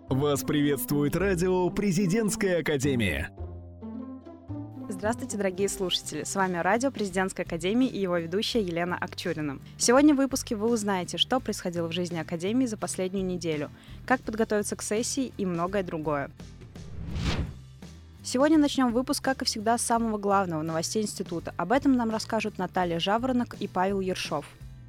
Вас приветствует радио «Президентская академия». Здравствуйте, дорогие слушатели! С вами радио «Президентской академии» и его ведущая Елена Акчурина. Сегодня в выпуске вы узнаете, что происходило в жизни Академии за последнюю неделю, как подготовиться к сессии и многое другое. Сегодня начнем выпуск, как и всегда, с самого главного – новостей института. Об этом нам расскажут Наталья Жаворонок и Павел Ершов.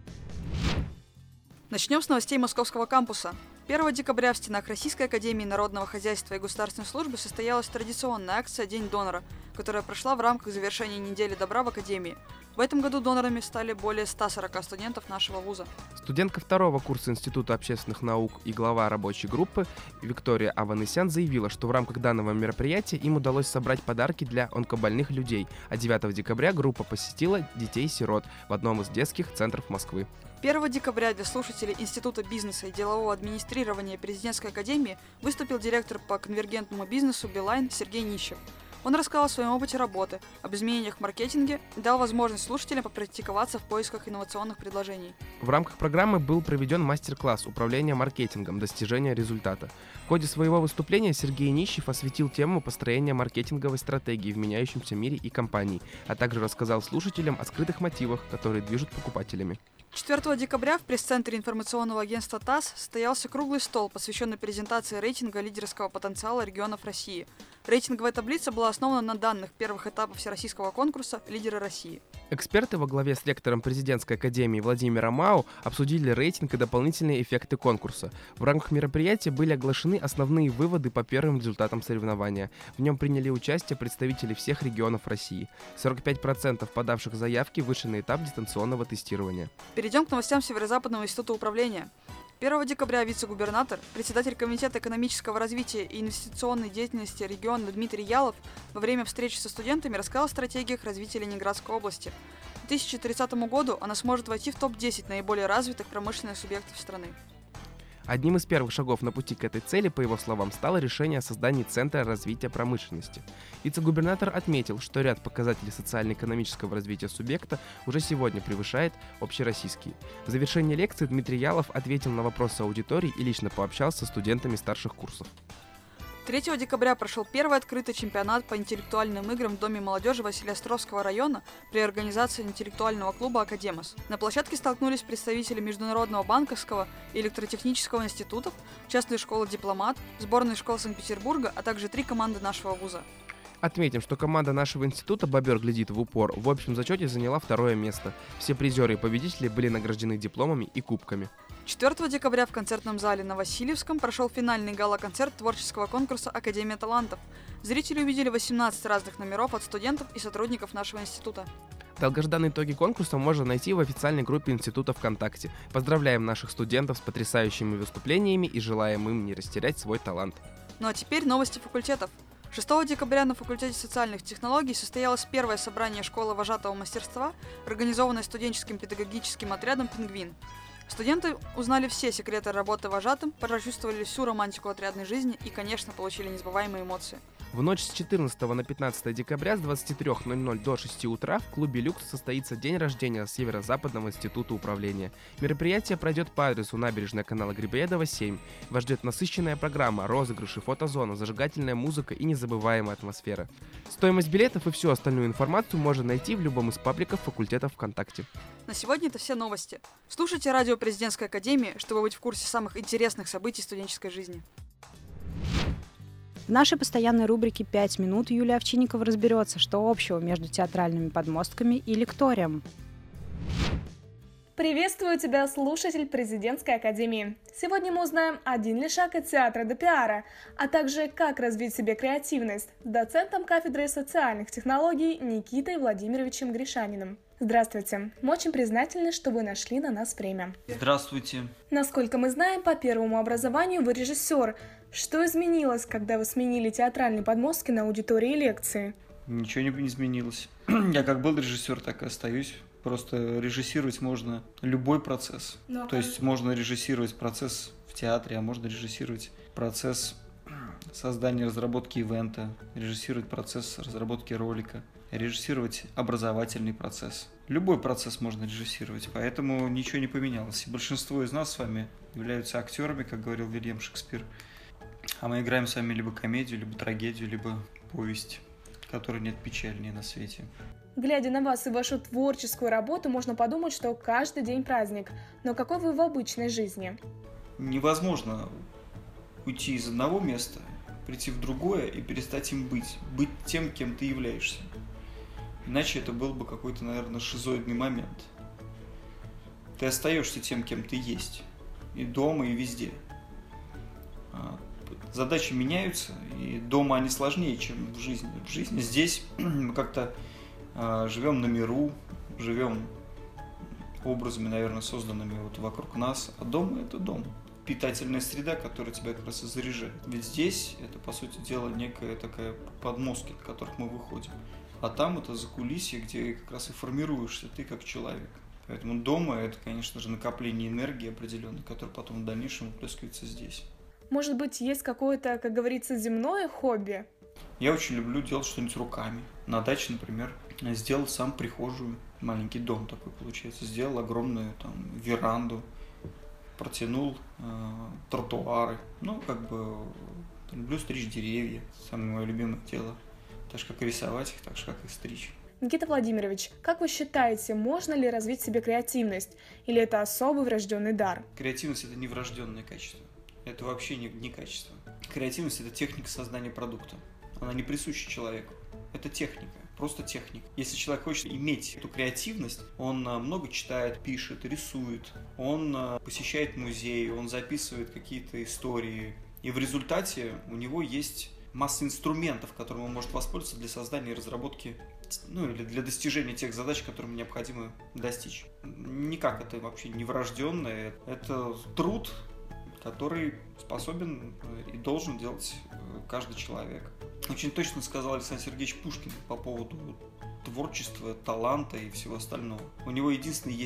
Начнем с новостей Московского кампуса. 1 декабря в стенах Российской академии народного хозяйства и государственной службы состоялась традиционная акция «День донора», которая прошла в рамках завершения недели добра в Академии. В этом году донорами стали более 140 студентов нашего вуза. Студентка второго курса Института общественных наук и глава рабочей группы Виктория Аванесян заявила, что в рамках данного мероприятия им удалось собрать подарки для онкобольных людей, а 9 декабря группа посетила детей-сирот в одном из детских центров Москвы. 1 декабря для слушателей Института бизнеса и делового администрирования Президентской академии выступил директор по конвергентному бизнесу Билайн Сергей Нищев. Он рассказал о своем опыте работы, об изменениях в маркетинге и дал возможность слушателям попрактиковаться в поисках инновационных предложений. В рамках программы был проведен мастер-класс управления маркетингом, достижения результата. В ходе своего выступления Сергей Нищев осветил тему построения маркетинговой стратегии в меняющемся мире и компании, а также рассказал слушателям о скрытых мотивах, которые движут покупателями. 4 декабря в пресс-центре информационного агентства ТАСС состоялся круглый стол, посвященный презентации рейтинга лидерского потенциала регионов России. Рейтинговая таблица была основана на данных первых этапов всероссийского конкурса «Лидеры России». Эксперты во главе с ректором Президентской академии Владимиром Мау обсудили рейтинг и дополнительные эффекты конкурса. В рамках мероприятия были оглашены основные выводы по первым результатам соревнования. В нем приняли участие представители всех регионов России. 45% подавших заявки вышли на этап дистанционного тестирования. Перейдем к новостям Северо-Западного института управления. 1 декабря вице-губернатор, председатель Комитета экономического развития и инвестиционной деятельности региона Дмитрий Ялов во время встречи со студентами рассказал о стратегиях развития Ленинградской области. К 2030 году она сможет войти в топ-10 наиболее развитых промышленных субъектов страны. Одним из первых шагов на пути к этой цели, по его словам, стало решение о создании Центра развития промышленности. Вице-губернатор отметил, что ряд показателей социально-экономического развития субъекта уже сегодня превышает общероссийские. В завершении лекции Дмитрий Ялов ответил на вопросы аудитории и лично пообщался со студентами старших курсов. 3 декабря прошел первый открытый чемпионат по интеллектуальным играм в Доме молодежи Василеостровского района при организации интеллектуального клуба «Академос». На площадке столкнулись представители Международного банковского и электротехнического институтов, частной школы «Дипломат», сборной школы Санкт-Петербурга, а также 3 команды нашего вуза. Отметим, что команда нашего института «Бобер глядит в упор» в общем зачете заняла 2 место. Все призеры и победители были награждены дипломами и кубками. 4 декабря в концертном зале на Васильевском прошел финальный гала-концерт творческого конкурса «Академия талантов». Зрители увидели 18 разных номеров от студентов и сотрудников нашего института. Долгожданные итоги конкурса можно найти в официальной группе института ВКонтакте. Поздравляем наших студентов с потрясающими выступлениями и желаем им не растерять свой талант. Ну а теперь новости факультетов. 6 декабря на факультете социальных технологий состоялось первое собрание школы вожатого мастерства, организованное студенческим педагогическим отрядом «Пингвин». Студенты узнали все секреты работы вожатым, прочувствовали всю романтику отрядной жизни и, конечно, получили незабываемые эмоции. В ночь с 14 на 15 декабря с 23:00 до 6 утра в клубе «Люкс» состоится день рождения Северо-Западного института управления. Мероприятие пройдет по адресу набережная канала Грибоедова, 7. Вас ждет насыщенная программа, розыгрыши, фотозона, зажигательная музыка и незабываемая атмосфера. Стоимость билетов и всю остальную информацию можно найти в любом из пабликов факультетов ВКонтакте. На сегодня это все новости. Слушайте радио Президентской академии, чтобы быть в курсе самых интересных событий студенческой жизни. В нашей постоянной рубрике «5 минут» Юлия Овчинникова разберется, что общего между театральными подмостками и лекторием. Приветствую тебя, слушатель Президентской академии. Сегодня мы узнаем один лишь шаг от театра до пиара, а также как развить в себе креативность с доцентом кафедры социальных технологий Никитой Владимировичем Гришаниным. Здравствуйте. Мы очень признательны, что вы нашли на нас время. Здравствуйте. Насколько мы знаем, по первому образованию вы режиссер. Что изменилось, когда вы сменили театральные подмостки на аудитории и лекции? Ничего не изменилось. Я как был режиссер, так и остаюсь. Просто режиссировать можно любой процесс. То есть можно режиссировать процесс в театре, а можно режиссировать процесс создания, разработки ивента, режиссировать процесс разработки ролика, режиссировать образовательный процесс. Любой процесс можно режиссировать, поэтому ничего не поменялось. И большинство из нас с вами являются актерами, как говорил Вильям Шекспир. А мы играем с вами либо комедию, либо трагедию, либо повесть, которой нет печальнее на свете. Глядя на вас и вашу творческую работу, можно подумать, что каждый день праздник. Но какой вы в обычной жизни? Невозможно уйти из одного места, прийти в другое и перестать им быть тем, кем ты являешься. Иначе это был бы какой-то, наверное, шизоидный момент. Ты остаешься тем, кем ты есть. И дома, и везде. Задачи меняются, и дома они сложнее, чем в жизни. В жизни здесь мы как-то живем на миру, живем образами, наверное, созданными вот вокруг нас, а дом – это дом. Питательная среда, которая тебя как раз и заряжает. Ведь здесь это, по сути дела, некая такая подмостки, от которых мы выходим. А там это закулисье, где как раз и формируешься ты как человек. Поэтому дома – это, конечно же, накопление энергии определенной, которая потом в дальнейшем выплескивается здесь. Может быть, есть какое-то, как говорится, земное хобби? Я очень люблю делать что-нибудь руками. На даче, например, сделал сам прихожую, маленький дом такой получается. Сделал огромную там веранду, протянул тротуары. Люблю стричь деревья, самое мое любимое дело. Так же, как и рисовать их, так же, как и стричь. Никита Владимирович, как вы считаете, можно ли развить в себе креативность? Или это особый врожденный дар? Креативность – это не врожденное качество. Это вообще не качество. Креативность – это техника создания продукта. Она не присуща человеку. Это техника, просто техника. Если человек хочет иметь эту креативность, он много читает, пишет, рисует, он посещает музеи, он записывает какие-то истории. И в результате у него есть масса инструментов, которыми он может воспользоваться для создания и разработки, или для достижения тех задач, которым необходимо достичь. Никак это вообще не врожденное. Это труд, который способен и должен делать каждый человек. Очень точно сказал Александр Сергеевич Пушкин по поводу творчества, таланта и всего остального. У него был единственный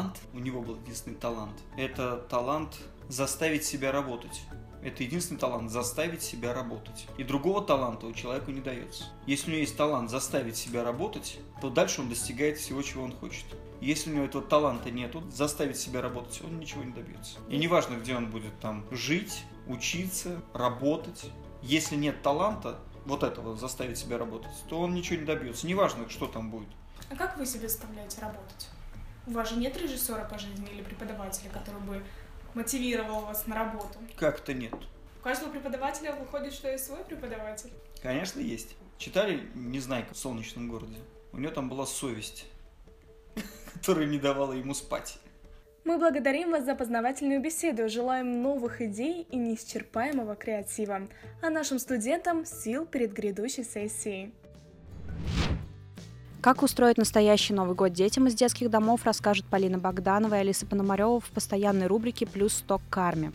талант. Это талант заставить себя работать. Это единственный талант – заставить себя работать. И другого таланта у человека не дается. Если у него есть талант заставить себя работать, то дальше он достигает всего, чего он хочет. Если у него этого таланта нету, заставить себя работать, он ничего не добьется. И неважно, где он будет там жить, учиться, работать. Если нет таланта, вот этого заставить себя работать, то он ничего не добьется. Неважно, что там будет. А как вы себе заставляете работать? У вас же нет режиссера по жизни или преподавателя, который бы мотивировал вас на работу? Как это нет? У каждого преподавателя выходит, что есть свой преподаватель. Конечно, есть. Читали «Незнайка» в солнечном городе? У него там была совесть, которая не давала ему спать. Мы благодарим вас за познавательную беседу, желаем новых идей и неисчерпаемого креатива, а нашим студентам сил перед грядущей сессией. Как устроить настоящий Новый год детям из детских домов, расскажут Полина Богданова и Алиса Пономарева в постоянной рубрике «Плюс 100 к карме».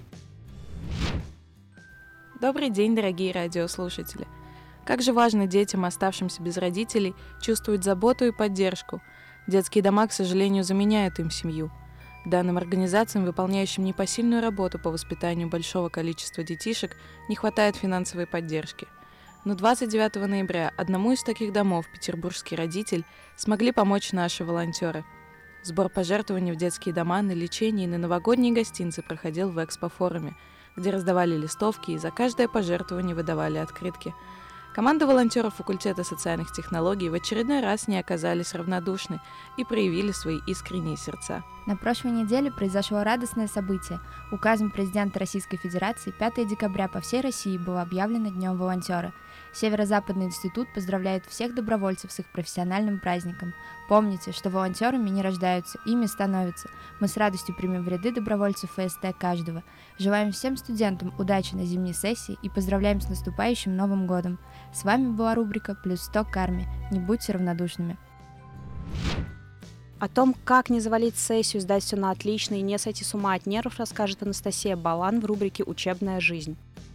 Добрый день, дорогие радиослушатели! Как же важно детям, оставшимся без родителей, чувствовать заботу и поддержку. Детские дома, к сожалению, заменяют им семью. Данным организациям, выполняющим непосильную работу по воспитанию большого количества детишек, не хватает финансовой поддержки. Но 29 ноября одному из таких домов, петербургский родитель, смогли помочь наши волонтеры. Сбор пожертвований в детские дома на лечение и на новогодние гостинцы проходил в экспофоруме, где раздавали листовки и за каждое пожертвование выдавали открытки. Команда волонтеров факультета социальных технологий в очередной раз не оказались равнодушны и проявили свои искренние сердца. На прошлой неделе произошло радостное событие. Указом президента Российской Федерации 5 декабря по всей России было объявлено Днем волонтера. Северо-Западный институт поздравляет всех добровольцев с их профессиональным праздником. Помните, что волонтерами не рождаются, ими становятся. Мы с радостью примем в ряды добровольцев ФСТ каждого. Желаем всем студентам удачи на зимней сессии и поздравляем с наступающим Новым годом. С вами была рубрика «Плюс 100 к карме». Не будьте равнодушными. О том, как не завалить сессию, сдать все на отлично и не сойти с ума от нервов, расскажет Анастасия Балан в рубрике «Учебная жизнь».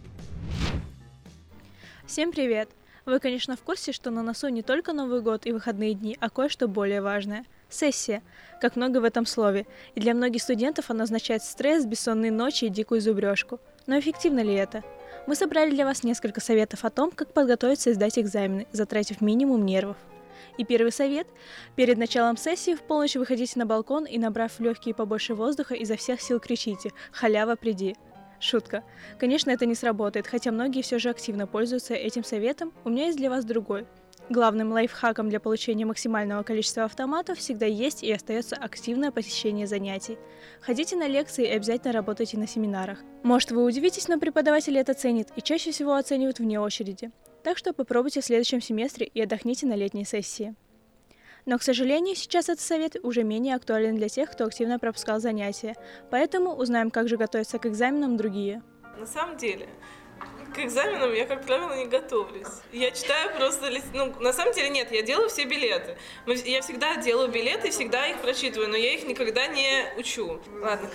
Всем привет! Вы, конечно, в курсе, что на носу не только Новый год и выходные дни, а кое-что более важное – сессия. Как много в этом слове. И для многих студентов она означает стресс, бессонные ночи и дикую зубрежку. Но эффективно ли это? Мы собрали для вас несколько советов о том, как подготовиться и сдать экзамены, затратив минимум нервов. И первый совет – перед началом сессии в полночь выходите на балкон и, набрав в легкие побольше воздуха, изо всех сил кричите «Халява, приди!». Шутка. Конечно, это не сработает, хотя многие все же активно пользуются этим советом. У меня есть для вас другой. Главным лайфхаком для получения максимального количества автоматов всегда есть и остается активное посещение занятий. Ходите на лекции и обязательно работайте на семинарах. Может, вы удивитесь, но преподаватели это ценят и чаще всего оценивают вне очереди. Так что попробуйте в следующем семестре и отдохните на летней сессии. Но, к сожалению, сейчас этот совет уже менее актуален для тех, кто активно пропускал занятия. Поэтому узнаем, как же готовиться к экзаменам другие. На самом деле, к экзаменам я, как правило, не готовлюсь. Я читаю просто... на самом деле нет, я делаю все билеты. Я всегда делаю билеты и всегда их прочитываю, но я их никогда не учу. Ладно,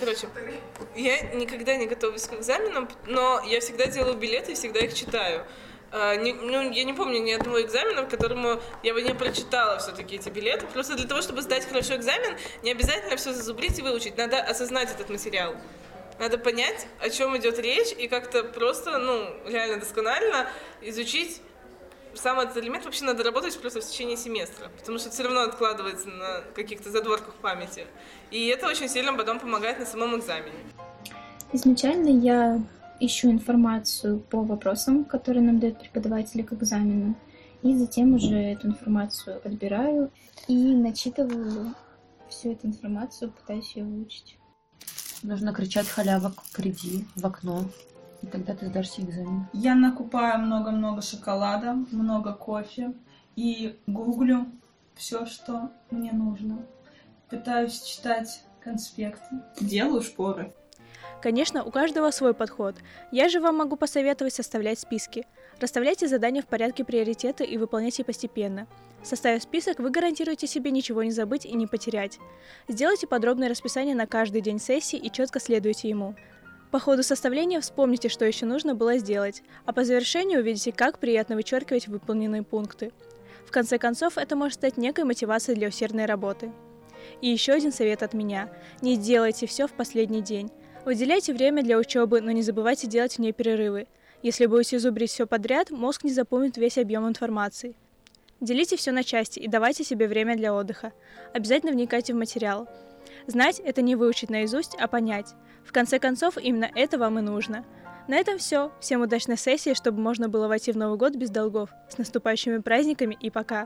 я никогда не готовлюсь к экзаменам, но я всегда делаю билеты и всегда их читаю. Я не помню ни одного экзамена, которому я бы не прочитала все-таки эти билеты. Просто для того, чтобы сдать хорошо экзамен, не обязательно все зазубрить и выучить. Надо осознать этот материал. Надо понять, о чем идет речь, и как-то просто, реально досконально изучить сам этот элемент. Вообще надо работать просто в течение семестра, потому что это все равно откладывается на каких-то задворках памяти. И это очень сильно потом помогает на самом экзамене. Изначально я ищу информацию по вопросам, которые нам дают преподаватели к экзамену, и затем уже эту информацию отбираю и начитываю всю эту информацию, пытаюсь ее выучить. Нужно кричать халява, приди в окно, и тогда ты сдашься экзамен. Я накупаю много-много шоколада, много кофе и гуглю все, что мне нужно. Пытаюсь читать конспекты. Делаю шпоры. Конечно, у каждого свой подход. Я же вам могу посоветовать составлять списки. Расставляйте задания в порядке приоритета и выполняйте постепенно. Составив список, вы гарантируете себе ничего не забыть и не потерять. Сделайте подробное расписание на каждый день сессии и четко следуйте ему. По ходу составления вспомните, что еще нужно было сделать, а по завершению увидите, как приятно вычеркивать выполненные пункты. В конце концов, это может стать некой мотивацией для усердной работы. И еще один совет от меня. Не делайте все в последний день. Уделяйте время для учебы, но не забывайте делать в ней перерывы. Если будете зубрить все подряд, мозг не запомнит весь объем информации. Делите все на части и давайте себе время для отдыха. Обязательно вникайте в материал. Знать – это не выучить наизусть, а понять. В конце концов, именно это вам и нужно. На этом все. Всем удачной сессии, чтобы можно было войти в Новый год без долгов. С наступающими праздниками и пока!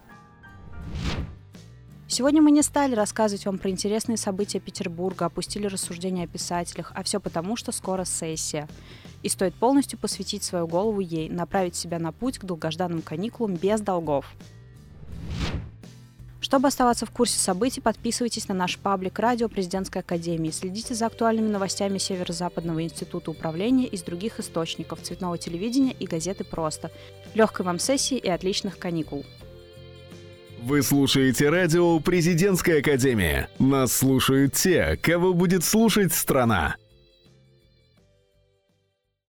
Сегодня мы не стали рассказывать вам про интересные события Петербурга, опустили рассуждения о писателях, а все потому, что скоро сессия. И стоит полностью посвятить свою голову ей, направить себя на путь к долгожданным каникулам без долгов. Чтобы оставаться в курсе событий, подписывайтесь на наш паблик «Радио Президентской Академии», следите за актуальными новостями Северо-Западного института управления из других источников, цветного телевидения и газеты «Просто». Легкой вам сессии и отличных каникул! Вы слушаете радио «Президентская академия». Нас слушают те, кого будет слушать страна.